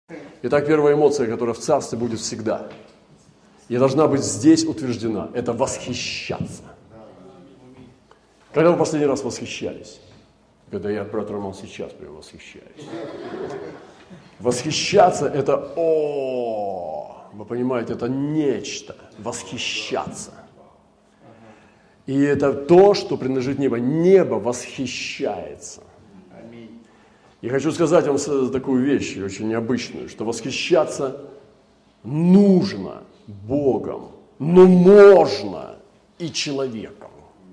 Итак, первая эмоция, которая в Царстве будет всегда, и должна быть здесь утверждена, это восхищаться. Когда вы последний раз восхищались? Когда я, брат Роман, сейчас прям восхищаюсь. Восхищаться – это вы понимаете, это нечто, восхищаться. И это то, что принадлежит небу. Небо восхищается. И хочу сказать вам такую вещь, очень необычную, что восхищаться нужно Богом, но можно и человеком.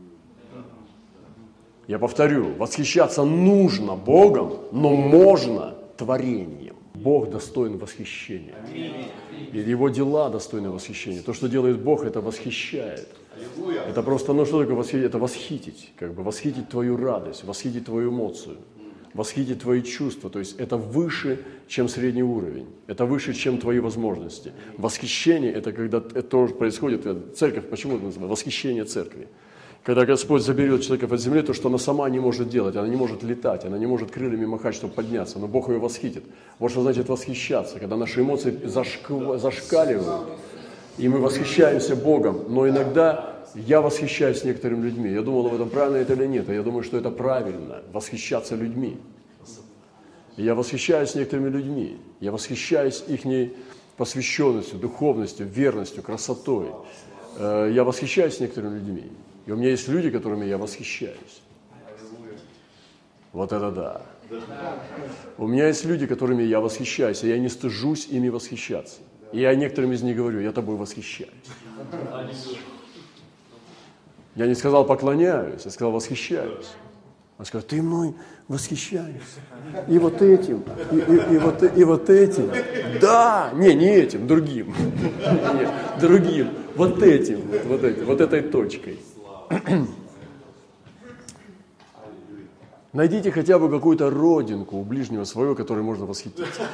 Я повторю, восхищаться нужно Богом, но можно творением. Бог достоин восхищения. И Его дела достойны восхищения. То, что делает Бог, это восхищает. Это просто, что такое восхитить? Это восхитить, восхитить твою радость, восхитить твою эмоцию, восхитить твои чувства. То есть это выше, чем средний уровень. Это выше, чем твои возможности. Восхищение – это когда это происходит. Церковь, почему это называется? Восхищение церкви. Когда Господь заберет человека от земли, то, что она сама не может делать, она не может летать, она не может крыльями махать, чтобы подняться, но Бог ее восхитит. Вот что значит восхищаться, когда наши эмоции зашкаливают, и мы восхищаемся Богом, но иногда я восхищаюсь некоторыми людьми. Я думал, об этом правильно это или нет, а я думаю, что это правильно, восхищаться людьми. И я восхищаюсь некоторыми людьми, я восхищаюсь их посвященностью, духовностью, верностью, красотой. Я восхищаюсь некоторыми людьми. И у меня есть люди, которыми я восхищаюсь. Вот это да. У меня есть люди, которыми я восхищаюсь, и я не стыжусь ими восхищаться. И я некоторым из них говорю, я тобой восхищаюсь. Я не сказал поклоняюсь, я сказал восхищаюсь. Он сказал, ты мной восхищаешься. И вот этим, и вот этим. Да, не этим, другим. Нет, другим. Вот этим, вот этой точкой. Найдите хотя бы какую-то родинку у ближнего своего, которой можно восхититься.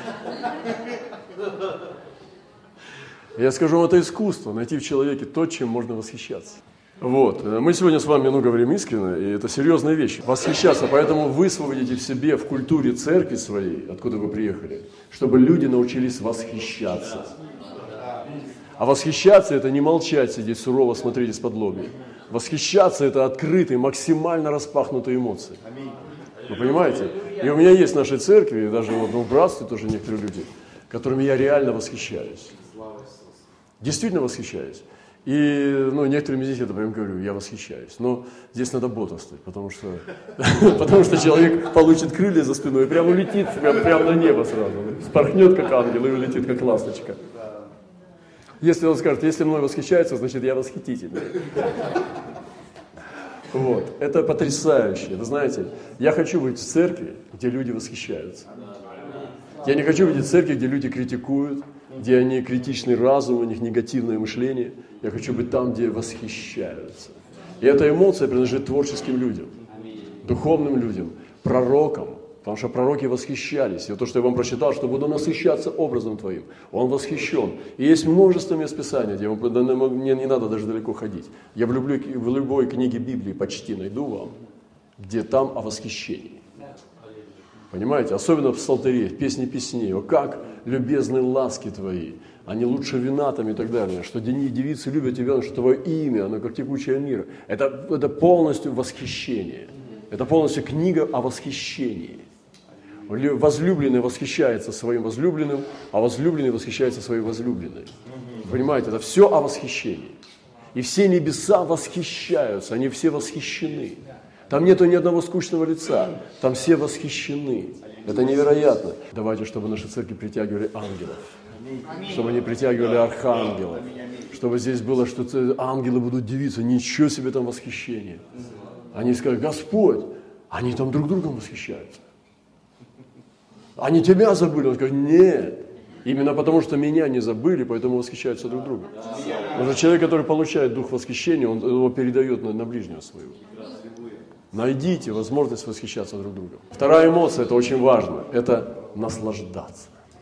Я скажу вам, это искусство, найти в человеке то, чем можно восхищаться. Вот. Мы сегодня с вами говорим искренне, и это серьезная вещь. Восхищаться, поэтому высвободите в себе, в культуре церкви своей, откуда вы приехали, чтобы люди научились восхищаться. А восхищаться – это не молчать, сидеть сурово, смотреть из-под лобья. Восхищаться – это открытые, максимально распахнутые эмоции. Вы понимаете? И у меня есть в нашей церкви, даже в братстве тоже некоторые люди, которыми я реально восхищаюсь. Действительно восхищаюсь. И некоторыми здесь я прям говорю, я восхищаюсь. Но здесь надо бодрствовать, потому что человек получит крылья за спиной и прямо улетит, прямо на небо сразу. Спорхнет, как ангел, и улетит, как ласточка. Если он скажет, если мной восхищается, значит я восхитительный. Вот. Это потрясающе. Вы знаете, я хочу быть в церкви, где люди восхищаются. Я не хочу видеть церкви, где люди критикуют, где они критичный разум, у них негативное мышление. Я хочу быть там, где восхищаются. И эта эмоция принадлежит творческим людям, духовным людям, пророкам. Потому что пророки восхищались. И то, что я вам прочитал, что буду насыщаться образом твоим. Он восхищен. И есть множество мест Писания, где мне не надо даже далеко ходить. Я в любой книге Библии почти найду вам, где там о восхищении. Понимаете? Особенно в Псалтыре, в Песне Песней. О, как любезны ласки твои. Они лучше вина там и так далее. Что девицы любят тебя, что твое имя, оно как текучая мира. Это полностью восхищение. Это полностью книга о восхищении. Возлюбленный восхищается своим возлюбленным, а возлюбленный восхищается своей возлюбленной. Понимаете, это все о восхищении. И все небеса восхищаются, они все восхищены. Там нету ни одного скучного лица, там все восхищены. Это невероятно. Давайте, чтобы наши церкви притягивали ангелов, чтобы они притягивали архангелов, чтобы здесь было, что ангелы будут дивиться, ничего себе там восхищение. Они скажут, Господь, они там друг другом восхищаются. Они тебя забыли. Он скажет, нет. Именно потому, что меня не забыли, поэтому восхищаются друг другом. Потому что человек, который получает дух восхищения, он его передает на ближнего своего. Найдите возможность восхищаться друг другом. Вторая эмоция, это очень важно, это наслаждаться.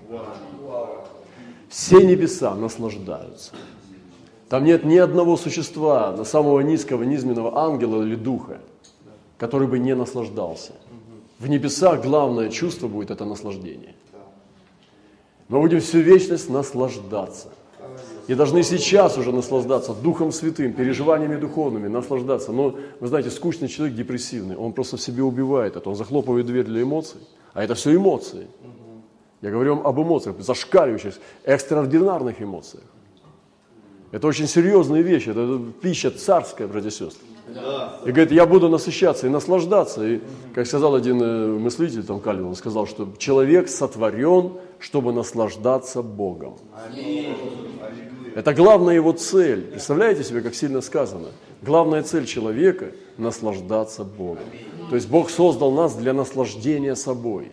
Все небеса наслаждаются. Там нет ни одного существа, самого низкого, низменного ангела или духа, который бы не наслаждался. В небесах главное чувство будет это наслаждение. Мы будем всю вечность наслаждаться. И должны сейчас уже наслаждаться Духом Святым, переживаниями духовными, наслаждаться. Но, вы знаете, скучный человек, депрессивный, он просто в себе убивает это. Он захлопывает дверь для эмоций, а это все эмоции. Я говорю вам об эмоциях, зашкаливающих, экстраординарных эмоциях. Это очень серьезные вещи, это пища царская, братья и сестры. И говорит, я буду насыщаться и наслаждаться. И, как сказал один мыслитель, там Кальвин, он сказал, что человек сотворен, чтобы наслаждаться Богом. Это главная его цель. Представляете себе, как сильно сказано? Главная цель человека – наслаждаться Богом. То есть Бог создал нас для наслаждения собой.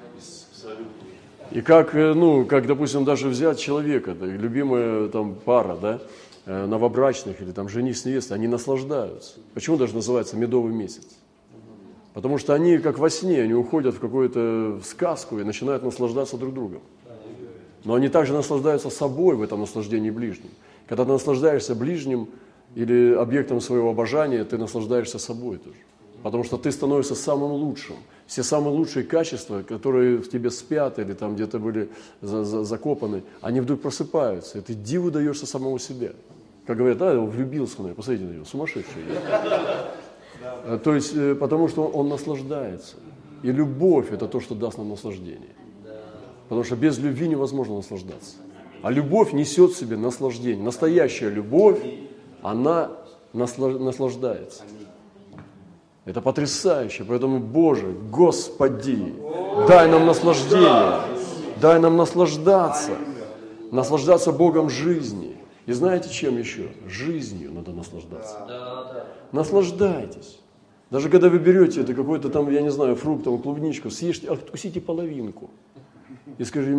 И как, допустим, даже взять человека, да, любимая там пара, да, новобрачных или там жених с невестой, они наслаждаются. Почему даже называется медовый месяц? Потому что они, как во сне, они уходят в какую-то сказку и начинают наслаждаться друг другом. Но они также наслаждаются собой в этом наслаждении ближним. Когда ты наслаждаешься ближним или объектом своего обожания, ты наслаждаешься собой тоже. Потому что ты становишься самым лучшим. Все самые лучшие качества, которые в тебе спят или там где-то были закопаны, они вдруг просыпаются, и ты диву даешься самому себе. Как говорят, да, он влюбился в меня, посмотрите на него, сумасшедший. То есть, потому что он наслаждается. И любовь – это то, что даст нам наслаждение. Потому что без любви невозможно наслаждаться. А любовь несет в себе наслаждение. Настоящая любовь, она наслаждается. Это потрясающе. Поэтому, Боже, Господи, дай нам наслаждение, дай нам наслаждаться. Наслаждаться Богом жизни. И знаете, чем еще? Жизнью надо наслаждаться. Наслаждайтесь. Даже когда вы берете это какой-то там, я не знаю, фрукт, там, клубничку, съешьте, откусите половинку. И скажи,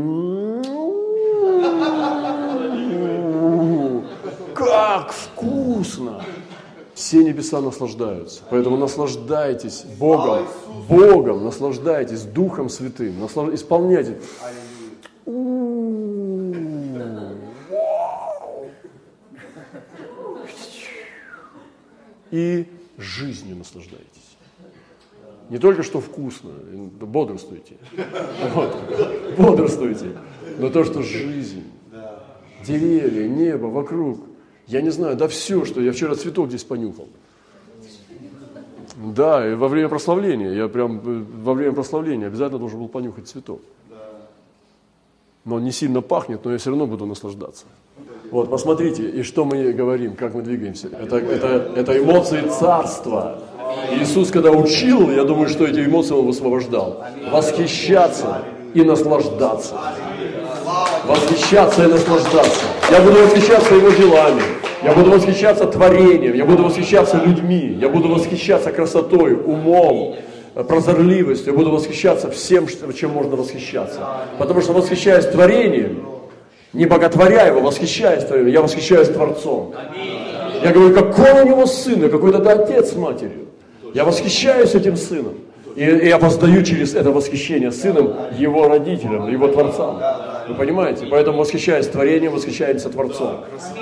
как вкусно! Все небеса наслаждаются. Поэтому наслаждайтесь Богом, наслаждайтесь Духом Святым, исполняйте. И жизнью наслаждайтесь. Не только что вкусно, бодрствуйте. Бодрствуйте. Но то, что жизнь, деревья, небо вокруг. Я не знаю, да все, что я вчера цветок здесь понюхал. Да, и во время прославления, во время прославления обязательно должен был понюхать цветок. Но он не сильно пахнет, но я все равно буду наслаждаться. Вот, посмотрите, и что мы говорим, как мы двигаемся. Это эмоции царства. Иисус, когда учил, я думаю, что эти эмоции Он высвобождал. Восхищаться и наслаждаться. Восхищаться и наслаждаться. Я буду восхищаться Его делами. Я буду восхищаться творением. Я буду восхищаться людьми. Я буду восхищаться красотой, умом, прозорливостью. Я буду восхищаться всем, чем можно восхищаться. Потому что, восхищаясь творением, не боготворя его, восхищаясь творением, я восхищаюсь Творцом. Я говорю, какой у него сын, какой-то отец с матерью. Я восхищаюсь этим сыном. И я воздаю через это восхищение сыном его родителям, его Творцам. Вы понимаете? Поэтому, восхищаясь творением, восхищаемся Творцом.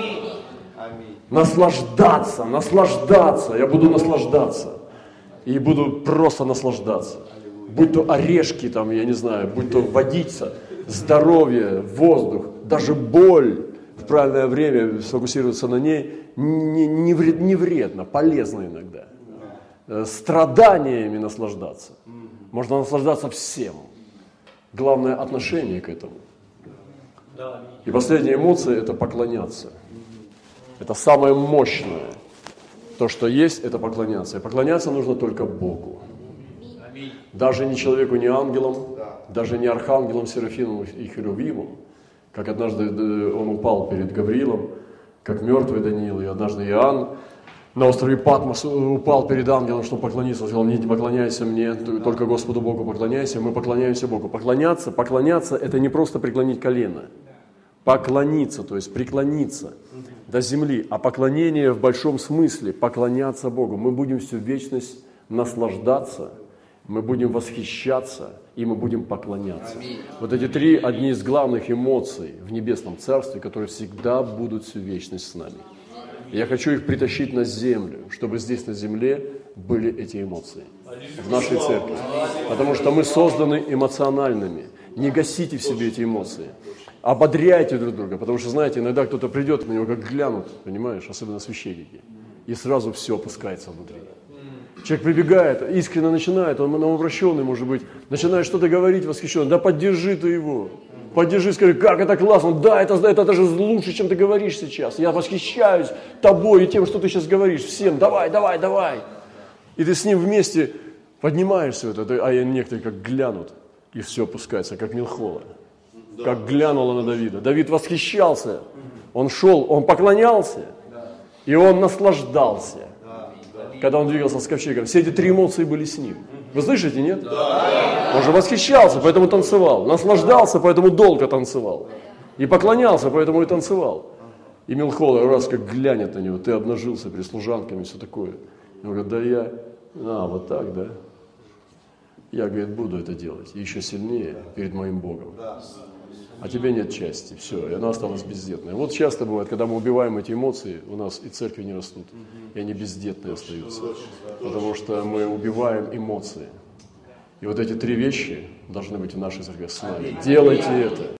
Наслаждаться. Я буду наслаждаться. И буду просто наслаждаться. Будь то орешки, там, я не знаю, будь то водица, здоровье, воздух, даже боль в правильное время, сфокусироваться на ней не вредно, полезно иногда. Страданиями наслаждаться. Можно наслаждаться всем. Главное отношение к этому. И последняя эмоция – это поклоняться. Это самое мощное. То, что есть, это поклоняться. И поклоняться нужно только Богу. Даже не человеку, не ангелам, даже не архангелам, серафимам и херувимам. Как однажды он упал перед Гавриилом, как мертвый Даниил, и однажды Иоанн на острове Патмос упал перед ангелом, чтобы поклониться. Он сказал, не поклоняйся мне, только Господу Богу поклоняйся. Мы поклоняемся Богу. Поклоняться – это не просто преклонить колено. Поклониться, то есть преклониться до земли. А поклонение в большом смысле – поклоняться Богу. Мы будем всю вечность наслаждаться, мы будем восхищаться и мы будем поклоняться. Вот эти три – одни из главных эмоций в Небесном Царстве, которые всегда будут всю вечность с нами. Я хочу их притащить на землю, чтобы здесь на земле были эти эмоции в нашей церкви. Потому что мы созданы эмоциональными. Не гасите в себе эти эмоции. ободряйте друг друга, потому что, знаете, иногда кто-то придет, на него как глянут, понимаешь, особенно священники, и сразу все опускается внутри. Человек прибегает, искренне начинает, он новообращенный, может быть, начинает что-то говорить восхищенно, да поддержи ты его, поддержи, скажи, как это классно, да, это даже лучше, чем ты говоришь сейчас, я восхищаюсь тобой и тем, что ты сейчас говоришь, всем, давай. И ты с ним вместе поднимаешь все это, а некоторые как глянут, и все опускается, как Милхола, как глянула на Давида. Давид восхищался, он шел, он поклонялся, и он наслаждался. Когда он двигался с ковчегом, все эти три эмоции были с ним. Вы слышите, нет? Да. Он же восхищался, поэтому танцевал. Наслаждался, поэтому долго танцевал. И поклонялся, поэтому и танцевал. И Милхола раз как глянет на него, ты обнажился перед служанками, все такое. Он говорит, да я, вот так, да. Я, говорит, буду это делать. И еще сильнее перед моим Богом. А тебе нет части, все, и она осталась бездетной. Вот часто бывает, когда мы убиваем эти эмоции, у нас и церкви не растут, и они бездетные остаются, потому что мы убиваем эмоции. И вот эти три вещи должны быть в нашей церкви с нами. Делайте это.